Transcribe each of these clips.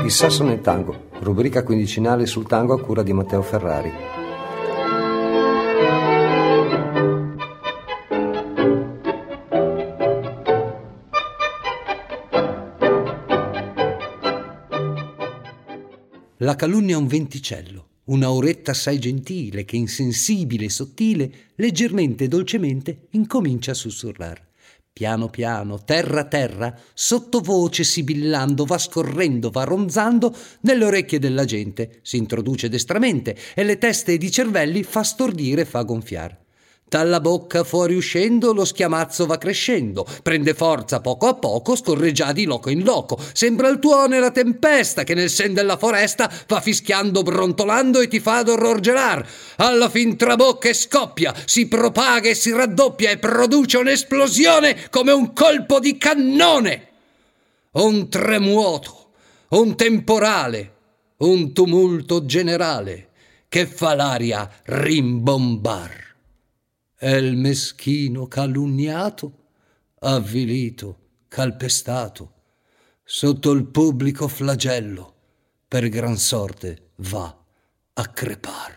Il sasso nel tango, rubrica quindicinale sul tango a cura di Matteo Ferrari. La calunnia è un venticello, un'auretta assai gentile che insensibile e sottile, leggermente e dolcemente incomincia a sussurrar. Piano piano, terra terra, sottovoce sibillando, va scorrendo, va ronzando nelle orecchie della gente, si introduce destramente e le teste ed i cervelli fa stordire e fa gonfiar. Dalla bocca fuori uscendo lo schiamazzo va crescendo, prende forza poco a poco, scorre già di loco in loco, sembra il tuone la tempesta che nel sen della foresta va fischiando brontolando e ti fa d'orror gelar. Alla fin trabocca e scoppia, si propaga e si raddoppia e produce un'esplosione come un colpo di cannone. Un tremuoto, un temporale, un tumulto generale che fa l'aria rimbombar. È il meschino calunniato, avvilito, calpestato, sotto il pubblico flagello, per gran sorte va a crepar.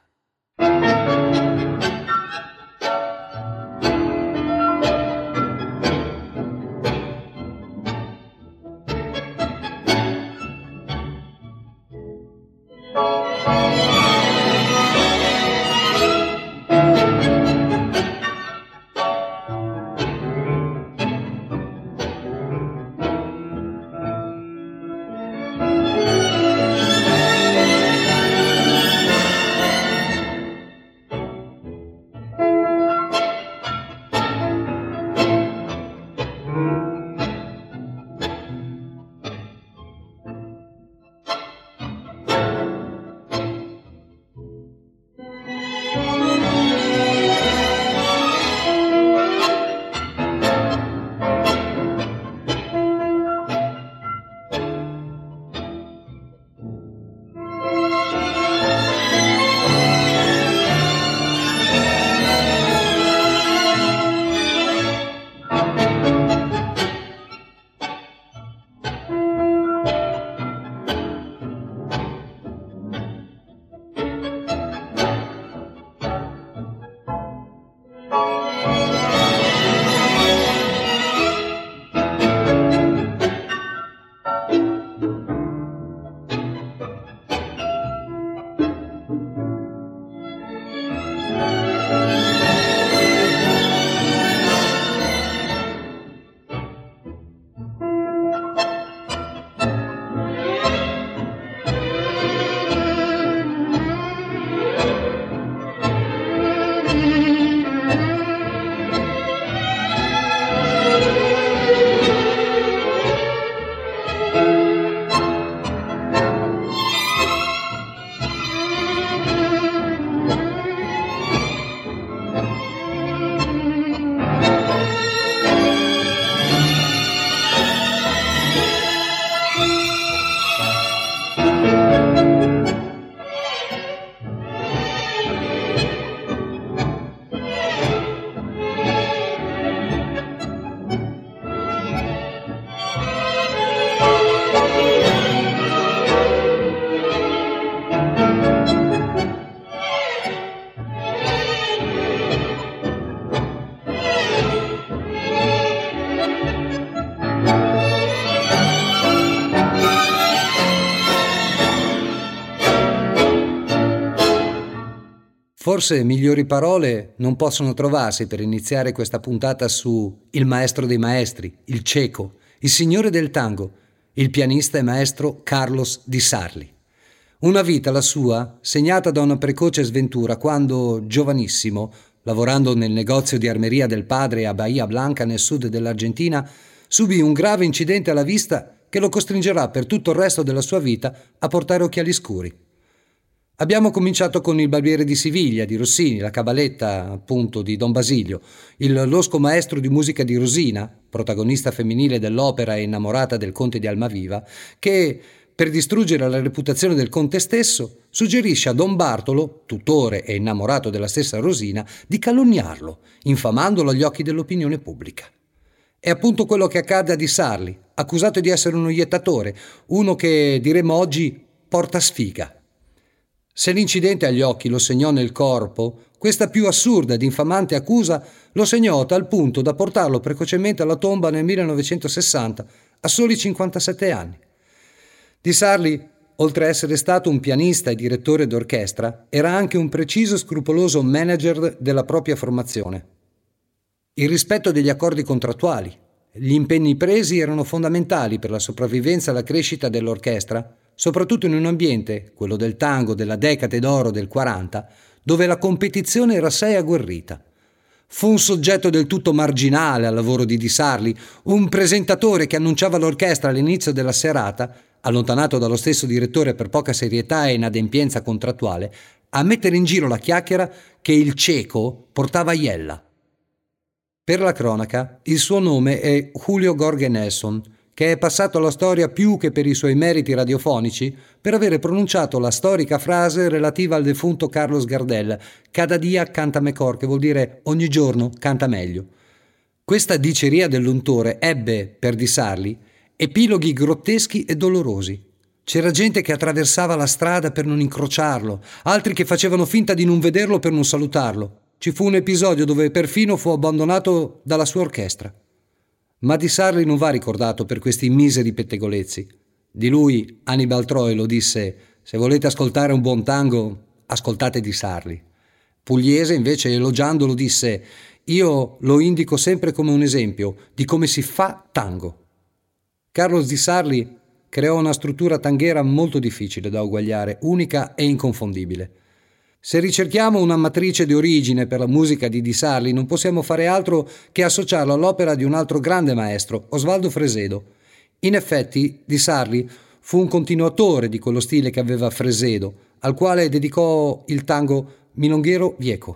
Forse migliori parole non possono trovarsi per iniziare questa puntata su il maestro dei maestri, il cieco, il signore del tango, il pianista e maestro Carlos Di Sarli. Una vita, la sua, segnata da una precoce sventura quando, giovanissimo, lavorando nel negozio di armeria del padre a Bahia Blanca nel sud dell'Argentina, subì un grave incidente alla vista che lo costringerà per tutto il resto della sua vita a portare occhiali scuri. Abbiamo cominciato con il Barbiere di Siviglia di Rossini, la cabaletta appunto di Don Basilio, il losco maestro di musica di Rosina, protagonista femminile dell'opera e innamorata del conte di Almaviva, che, per distruggere la reputazione del conte stesso, suggerisce a Don Bartolo, tutore e innamorato della stessa Rosina, di calunniarlo, infamandolo agli occhi dell'opinione pubblica. È appunto quello che accade a Di Sarli, accusato di essere uno iettatore, uno che, diremmo oggi, porta sfiga. Se l'incidente agli occhi lo segnò nel corpo, questa più assurda ed infamante accusa lo segnò a tal punto da portarlo precocemente alla tomba nel 1960, a soli 57 anni. Di Sarli, oltre a essere stato un pianista e direttore d'orchestra, era anche un preciso e scrupoloso manager della propria formazione. Il rispetto degli accordi contrattuali, gli impegni presi erano fondamentali per la sopravvivenza e la crescita dell'orchestra, soprattutto in un ambiente, quello del tango della decade d'oro del 40, dove la competizione era assai agguerrita. Fu un soggetto del tutto marginale al lavoro di Sarli, un presentatore che annunciava l'orchestra all'inizio della serata, allontanato dallo stesso direttore per poca serietà e inadempienza contrattuale, a mettere in giro la chiacchiera che il cieco portava a Iella. Per la cronaca, il suo nome è Julio Jorge Nelson, che è passato alla storia più che per i suoi meriti radiofonici per avere pronunciato la storica frase relativa al defunto Carlos Gardel, «Cada dia canta mejor», che vuol dire «ogni giorno canta meglio». Questa diceria dell'untore ebbe, per Di Sarli, epiloghi grotteschi e dolorosi. C'era gente che attraversava la strada per non incrociarlo, altri che facevano finta di non vederlo per non salutarlo. Ci fu un episodio dove perfino fu abbandonato dalla sua orchestra. Ma Di Sarli non va ricordato per questi miseri pettegolezzi. Di lui Annibal Troilo disse: «Se volete ascoltare un buon tango, ascoltate Di Sarli». Pugliese invece, elogiandolo, disse: «Io lo indico sempre come un esempio di come si fa tango». Carlos Di Sarli creò una struttura tanghera molto difficile da uguagliare, unica e inconfondibile. Se ricerchiamo una matrice di origine per la musica di Sarli, non possiamo fare altro che associarlo all'opera di un altro grande maestro, Osvaldo Fresedo. In effetti, Di Sarli fu un continuatore di quello stile che aveva Fresedo, al quale dedicò il tango Milonguero Vieco.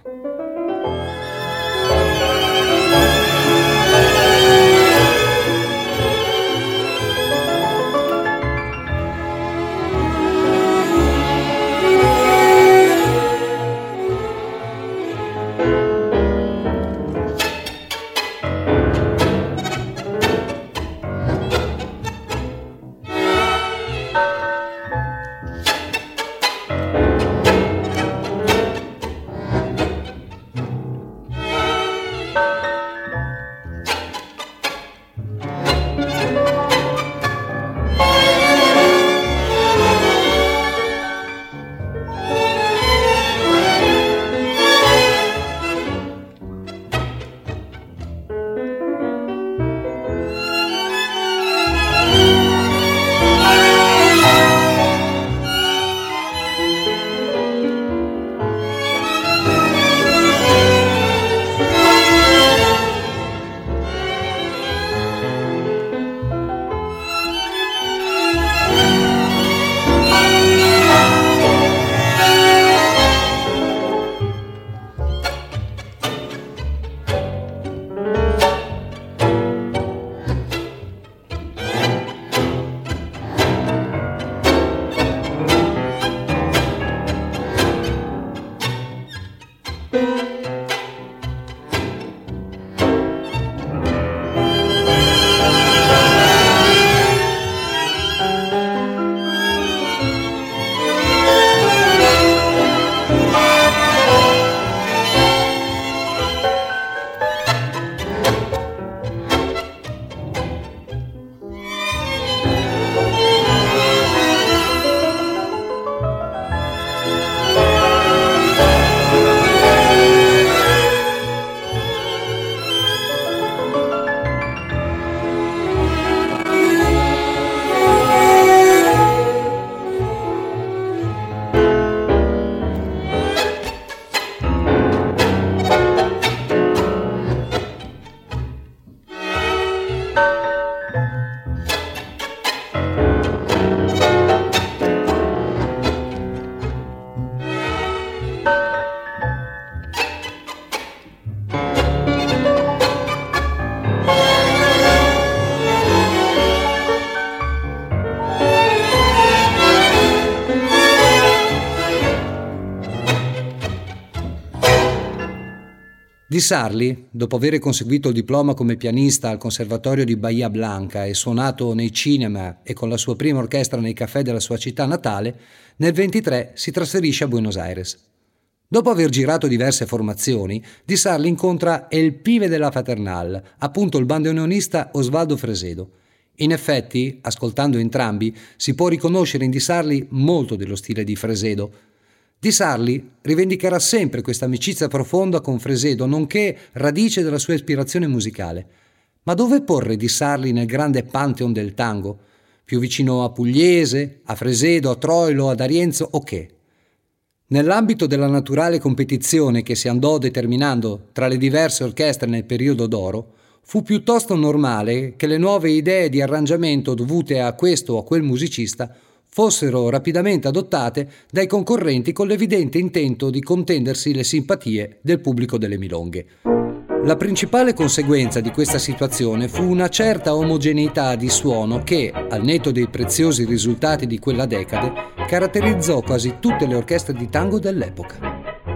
Di Sarli, dopo aver conseguito il diploma come pianista al Conservatorio di Bahia Blanca e suonato nei cinema e con la sua prima orchestra nei caffè della sua città natale, nel 23 si trasferisce a Buenos Aires. Dopo aver girato diverse formazioni, Di Sarli incontra El Pibe della Fraternal, appunto il bandoneonista Osvaldo Fresedo. In effetti, ascoltando entrambi, si può riconoscere in Di Sarli molto dello stile di Fresedo. Di Sarli rivendicherà sempre questa amicizia profonda con Fresedo, nonché radice della sua ispirazione musicale. Ma dove porre Di Sarli nel grande pantheon del tango? Più vicino a Pugliese, a Fresedo, a Troilo, ad Arienzo o che? Nell'ambito della naturale competizione che si andò determinando tra le diverse orchestre nel periodo d'oro, fu piuttosto normale che le nuove idee di arrangiamento dovute a questo o a quel musicista fossero rapidamente adottate dai concorrenti con l'evidente intento di contendersi le simpatie del pubblico delle milonghe. La principale conseguenza di questa situazione fu una certa omogeneità di suono che, al netto dei preziosi risultati di quella decade, caratterizzò quasi tutte le orchestre di tango dell'epoca.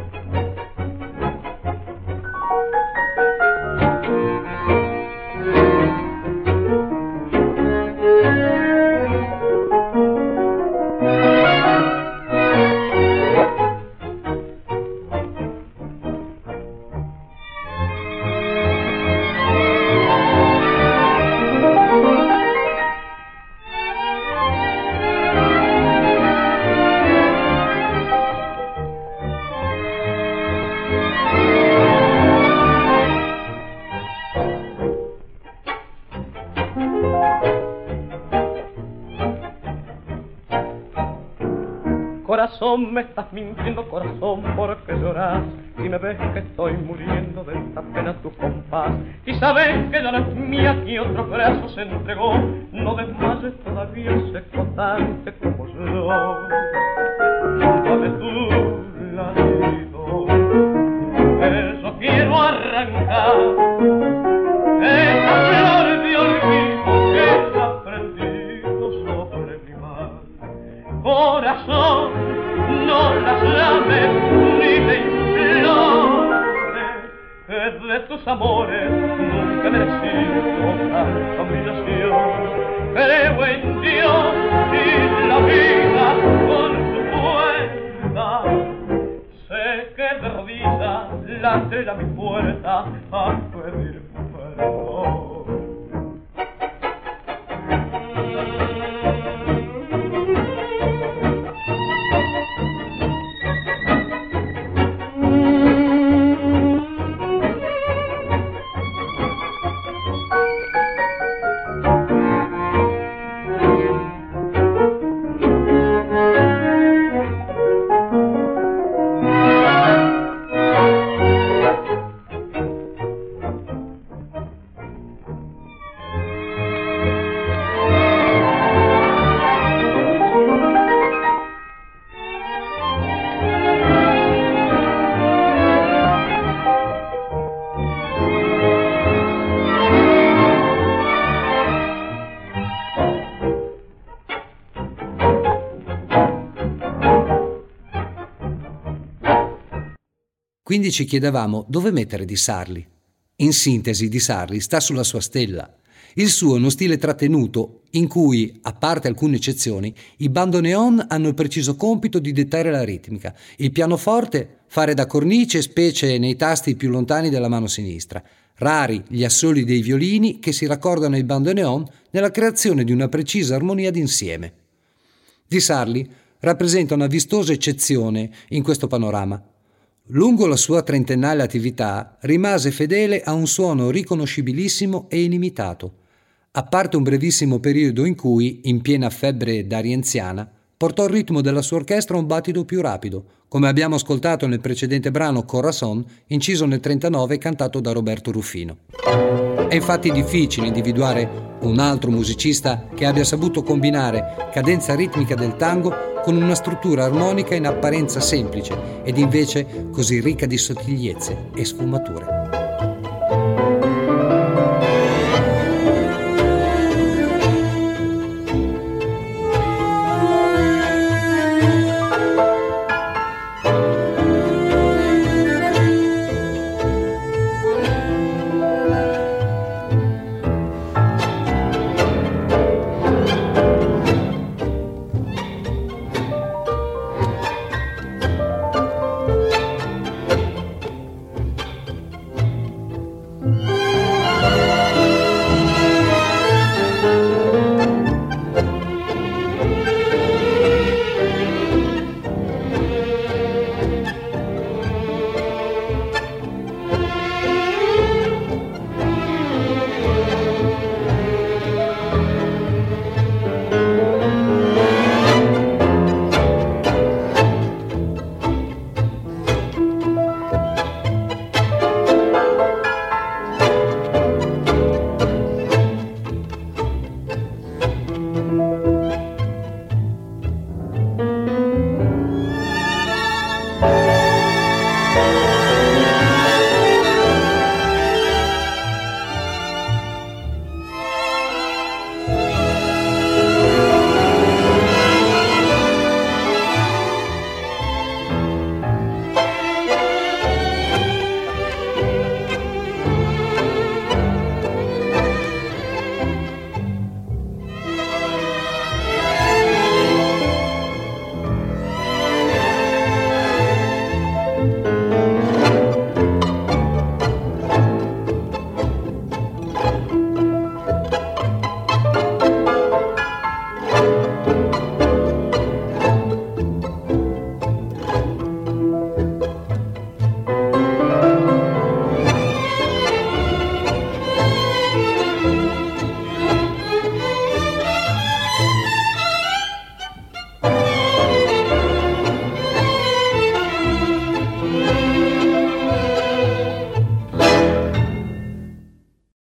Corazón, me estás mintiendo, corazón, porque lloras y me ves que estoy muriendo de esta pena tu compás y sabes que ya no es mía que otro brazo se entregó. No desmayes todavía, seco tanto como yo, junto de tu latido, eso quiero arrancar esa flor de olvido que he prendido sobre mi mar. Corazón, no las llames ni le implores, que de tus amores nunca he merecido tanta humillación. Creo en Dios y la vida con su cuenta, sé que de rodillas late a mi puerta a pedir perdón. Quindi ci chiedevamo dove mettere Di Sarli. In sintesi, Di Sarli sta sulla sua stella. Il suo è uno stile trattenuto in cui, a parte alcune eccezioni, i bandoneon hanno il preciso compito di dettare la ritmica, il pianoforte fare da cornice specie nei tasti più lontani della mano sinistra, rari gli assoli dei violini che si raccordano ai bandoneon nella creazione di una precisa armonia d'insieme. Di Sarli rappresenta una vistosa eccezione in questo panorama. Lungo la sua trentennale attività rimase fedele a un suono riconoscibilissimo e inimitato, a parte un brevissimo periodo in cui, in piena febbre darienziana, portò il ritmo della sua orchestra a un battito più rapido, come abbiamo ascoltato nel precedente brano Corazon, inciso nel 19 e cantato da Roberto Ruffino. È infatti difficile individuare un altro musicista che abbia saputo combinare cadenza ritmica del tango con una struttura armonica in apparenza semplice ed invece così ricca di sottigliezze e sfumature.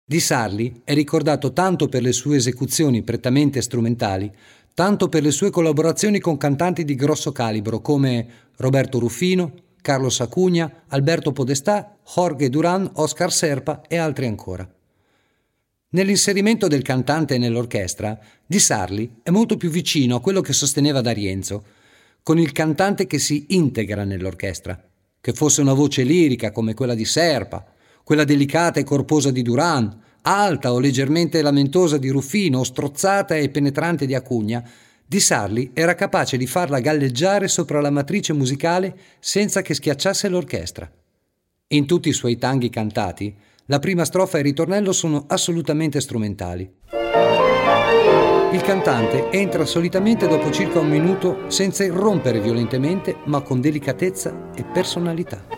Di Sarli è ricordato tanto per le sue esecuzioni prettamente strumentali, tanto per le sue collaborazioni con cantanti di grosso calibro come Roberto Ruffino, Carlos Acuña, Alberto Podestà, Jorge Durán, Oscar Serpa e altri ancora. Nell'inserimento del cantante nell'orchestra, Di Sarli è molto più vicino a quello che sosteneva D'Arienzo, con il cantante che si integra nell'orchestra, che fosse una voce lirica come quella di Serpa, quella delicata e corposa di Durán, alta o leggermente lamentosa di Ruffino o strozzata e penetrante di Acuña. Di Sarli era capace di farla galleggiare sopra la matrice musicale senza che schiacciasse l'orchestra. In tutti i suoi tanghi cantati, la prima strofa e il ritornello sono assolutamente strumentali. Il cantante entra solitamente dopo circa un minuto senza irrompere violentemente, ma con delicatezza e personalità.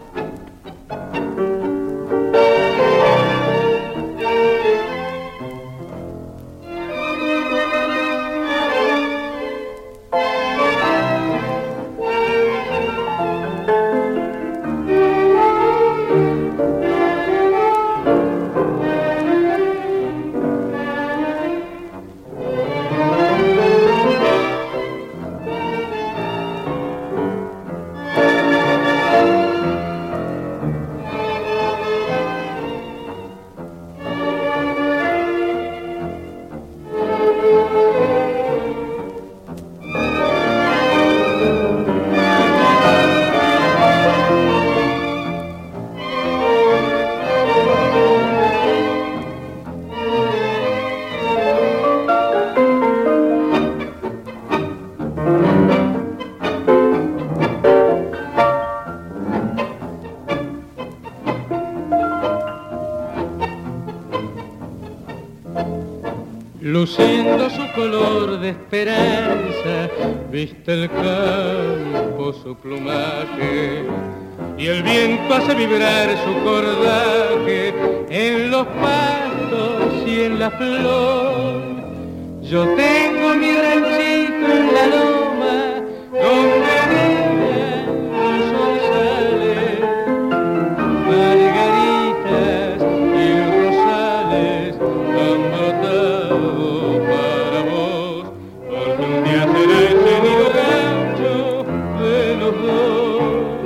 Luciendo su color de esperanza, viste el campo su plumaje, y el viento hace vibrar su cordaje en los pastos y en la flor. Yo tengo mi ranchito en la loma, donde brillan los orzales, margaritas y rosales han brotado para vos, porque un día será ese nido gancho de los dos.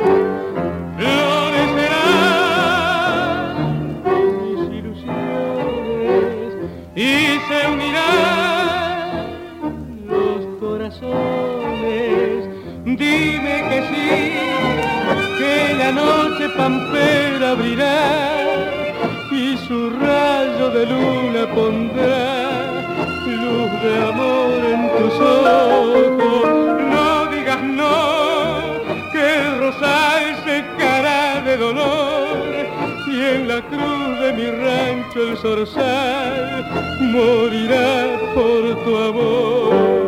Florecerán mis ilusiones y se unirán los corazones. Dime que sí, que la noche pampera abrirá y su rayo de luna pondrá luz de amor en tus ojos. No digas no, que el rosal secará de dolor y en la cruz de mi rancho el zorzal morirá por tu amor.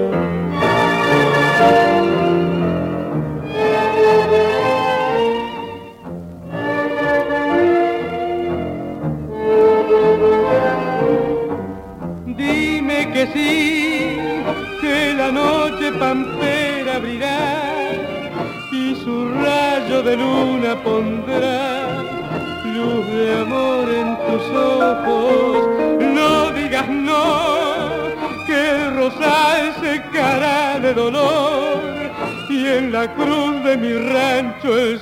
Dime que sí, que la noche pampera abrirá y su rayo de luna pondrá luz de amor en tus ojos. No digas no, que el rosal secará de dolor y en la cruz de mi rancho el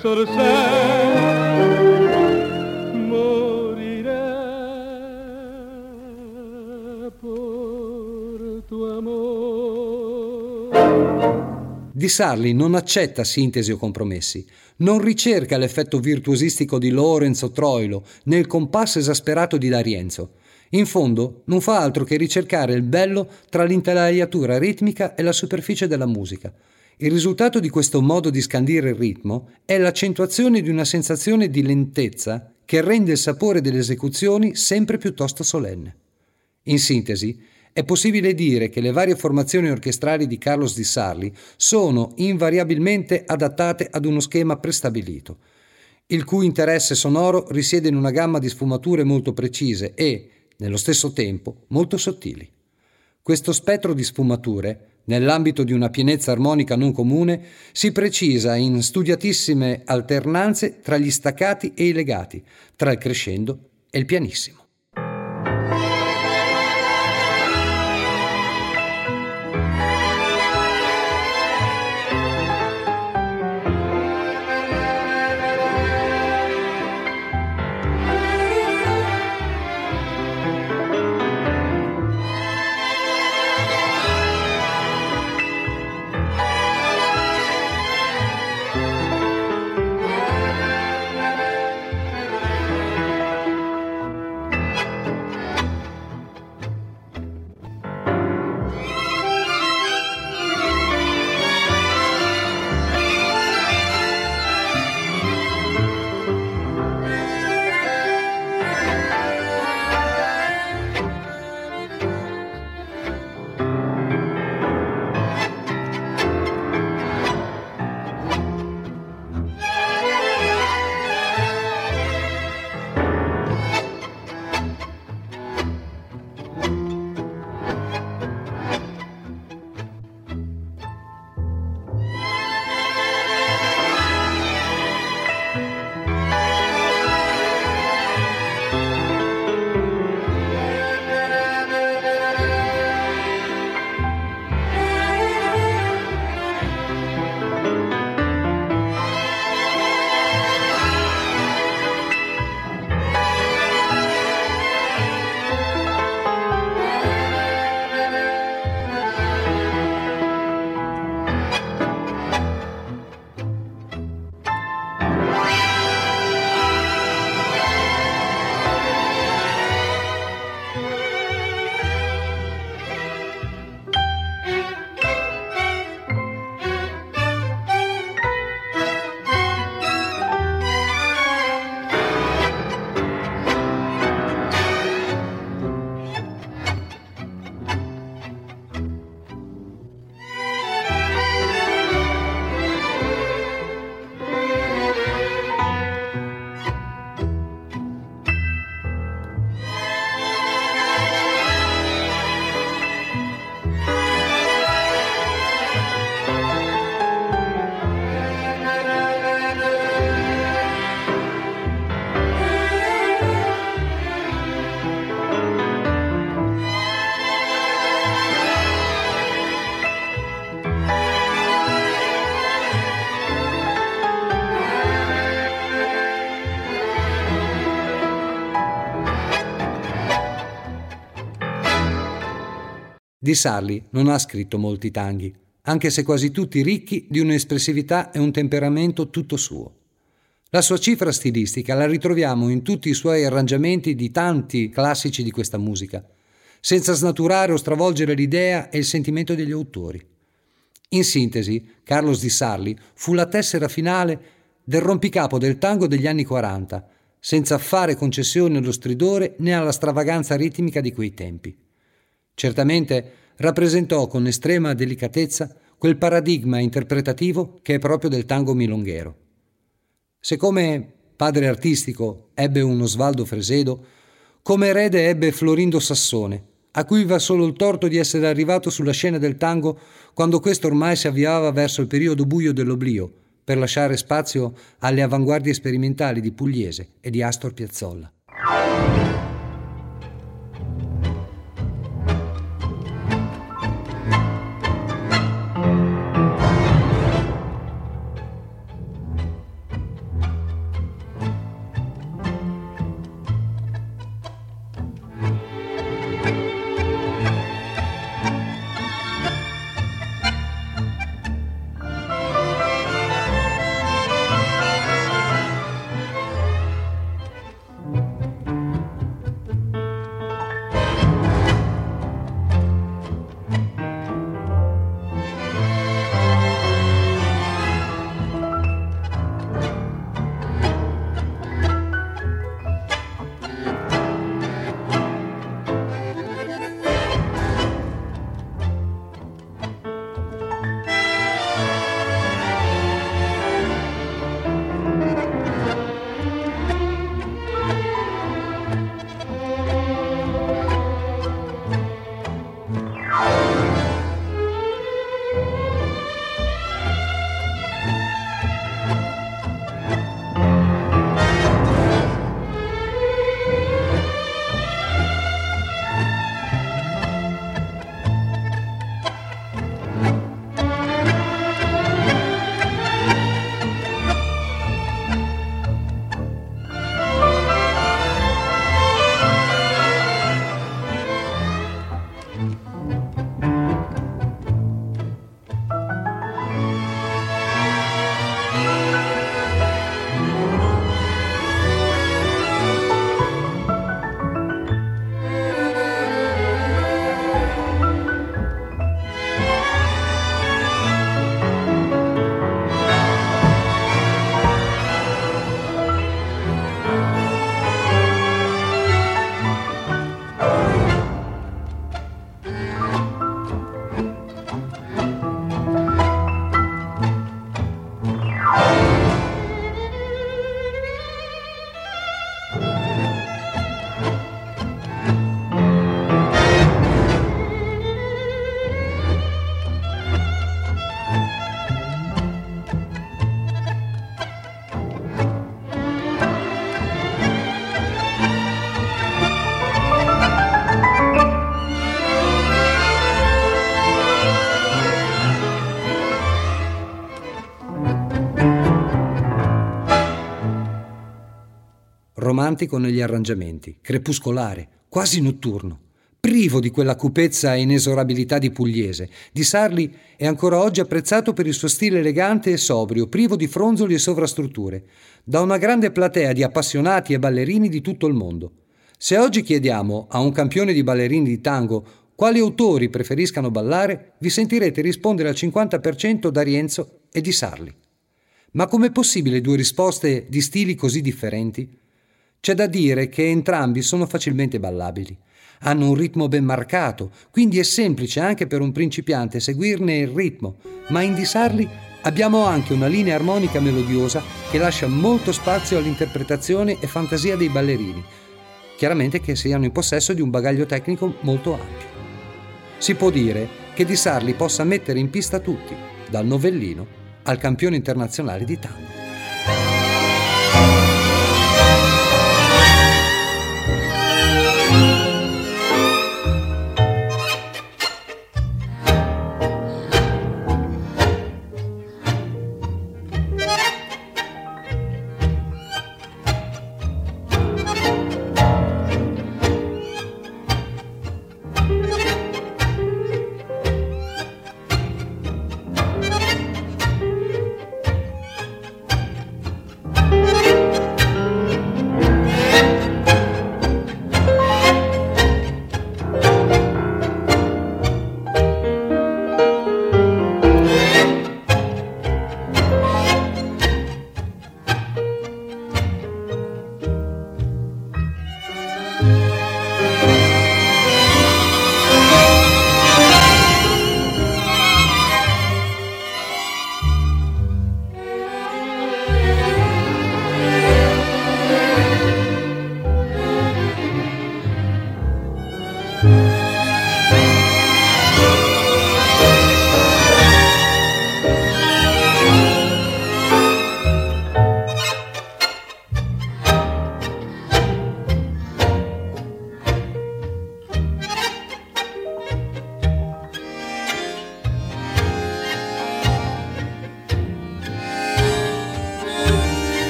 zorzal morirá por tu amor. Di Sarli non accetta sintesi o compromessi, non ricerca l'effetto virtuosistico di Lorenz o Troilo nel compasso esasperato di D'Arienzo. In fondo non fa altro che ricercare il bello tra l'intelaiatura ritmica e la superficie della musica. Il risultato di questo modo di scandire il ritmo è l'accentuazione di una sensazione di lentezza che rende il sapore delle esecuzioni sempre piuttosto solenne. In sintesi, è possibile dire che le varie formazioni orchestrali di Carlos Di Sarli sono invariabilmente adattate ad uno schema prestabilito, il cui interesse sonoro risiede in una gamma di sfumature molto precise e, nello stesso tempo, molto sottili. Questo spettro di sfumature, nell'ambito di una pienezza armonica non comune, si precisa in studiatissime alternanze tra gli staccati e i legati, tra il crescendo e il pianissimo. Di Sarli non ha scritto molti tanghi, anche se quasi tutti ricchi di un'espressività e un temperamento tutto suo. La sua cifra stilistica la ritroviamo in tutti i suoi arrangiamenti di tanti classici di questa musica, senza snaturare o stravolgere l'idea e il sentimento degli autori. In sintesi, Carlos Di Sarli fu la tessera finale del rompicapo del tango degli anni 40, senza fare concessioni allo stridore né alla stravaganza ritmica di quei tempi. Certamente rappresentò con estrema delicatezza quel paradigma interpretativo che è proprio del tango milonghero. Se come padre artistico ebbe un Osvaldo Fresedo, come erede ebbe Florindo Sassone, a cui va solo il torto di essere arrivato sulla scena del tango quando questo ormai si avviava verso il periodo buio dell'oblio, per lasciare spazio alle avanguardie sperimentali di Pugliese e di Astor Piazzolla. Romantico negli arrangiamenti, crepuscolare, quasi notturno, privo di quella cupezza e inesorabilità di Pugliese, Di Sarli è ancora oggi apprezzato per il suo stile elegante e sobrio, privo di fronzoli e sovrastrutture, da una grande platea di appassionati e ballerini di tutto il mondo. Se oggi chiediamo a un campione di ballerini di tango quali autori preferiscano ballare, vi sentirete rispondere al 50% da Rienzo e Di Sarli. Ma com'è possibile due risposte di stili così differenti? C'è da dire che entrambi sono facilmente ballabili. Hanno un ritmo ben marcato, quindi è semplice anche per un principiante seguirne il ritmo, ma in Di Sarli abbiamo anche una linea armonica melodiosa che lascia molto spazio all'interpretazione e fantasia dei ballerini, chiaramente che siano in possesso di un bagaglio tecnico molto ampio. Si può dire che Di Sarli possa mettere in pista tutti, dal novellino al campione internazionale di tango.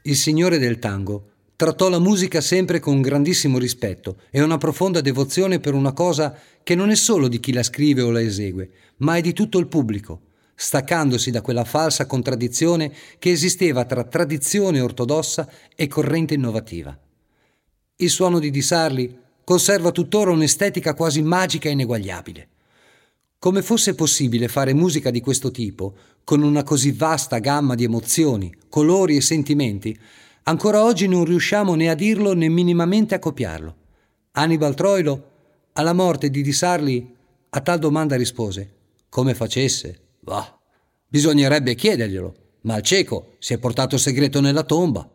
Il signore del tango trattò la musica sempre con grandissimo rispetto e una profonda devozione per una cosa che non è solo di chi la scrive o la esegue, ma è di tutto il pubblico, staccandosi da quella falsa contraddizione che esisteva tra tradizione ortodossa e corrente innovativa. Il suono di Di Sarli conserva tuttora un'estetica quasi magica e ineguagliabile. Come fosse possibile fare musica di questo tipo, con una così vasta gamma di emozioni, colori e sentimenti, ancora oggi non riusciamo né a dirlo né minimamente a copiarlo. Annibal Troilo, alla morte di Di Sarli, a tal domanda rispose: come facesse? Bah, bisognerebbe chiederglielo, ma il cieco si è portato il segreto nella tomba.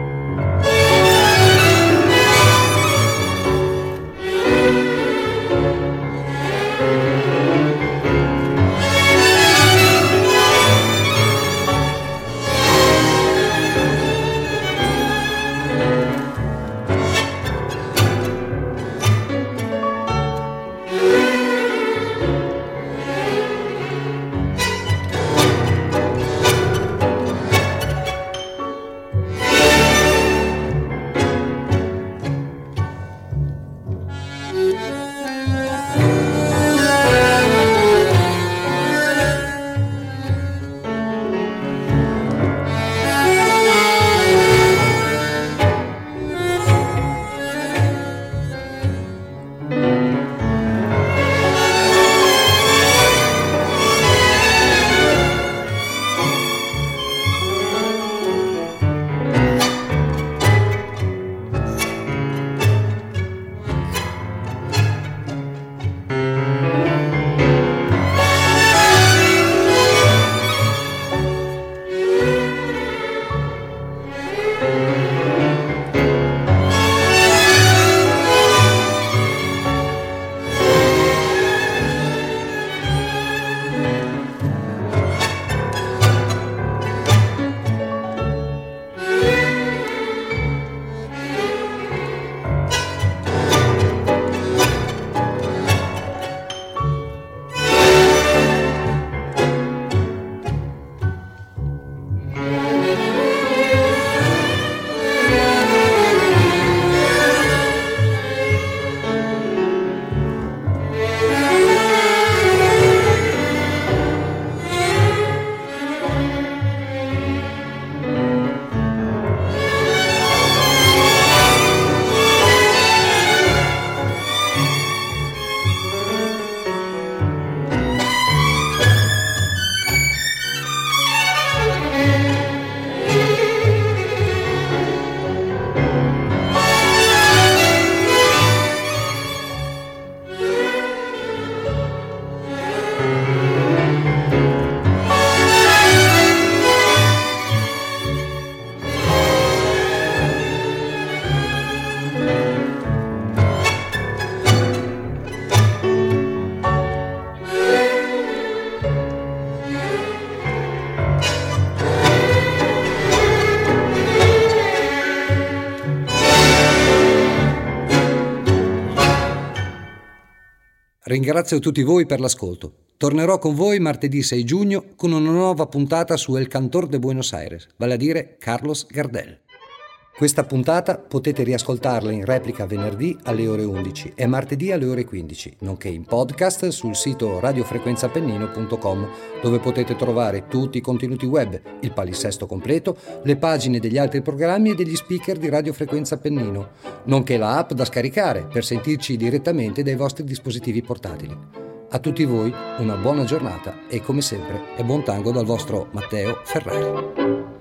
Ringrazio tutti voi per l'ascolto. Tornerò con voi martedì 6 giugno con una nuova puntata su El Cantor de Buenos Aires, vale a dire Carlos Gardel. Questa puntata potete riascoltarla in replica venerdì alle ore 11 e martedì alle ore 15, nonché in podcast sul sito radiofrequenzapennino.com, dove potete trovare tutti i contenuti web, il palinsesto completo, le pagine degli altri programmi e degli speaker di Radio Frequenza Appennino, nonché la app da scaricare per sentirci direttamente dai vostri dispositivi portatili. A tutti voi una buona giornata e come sempre è buon tango dal vostro Matteo Ferrari.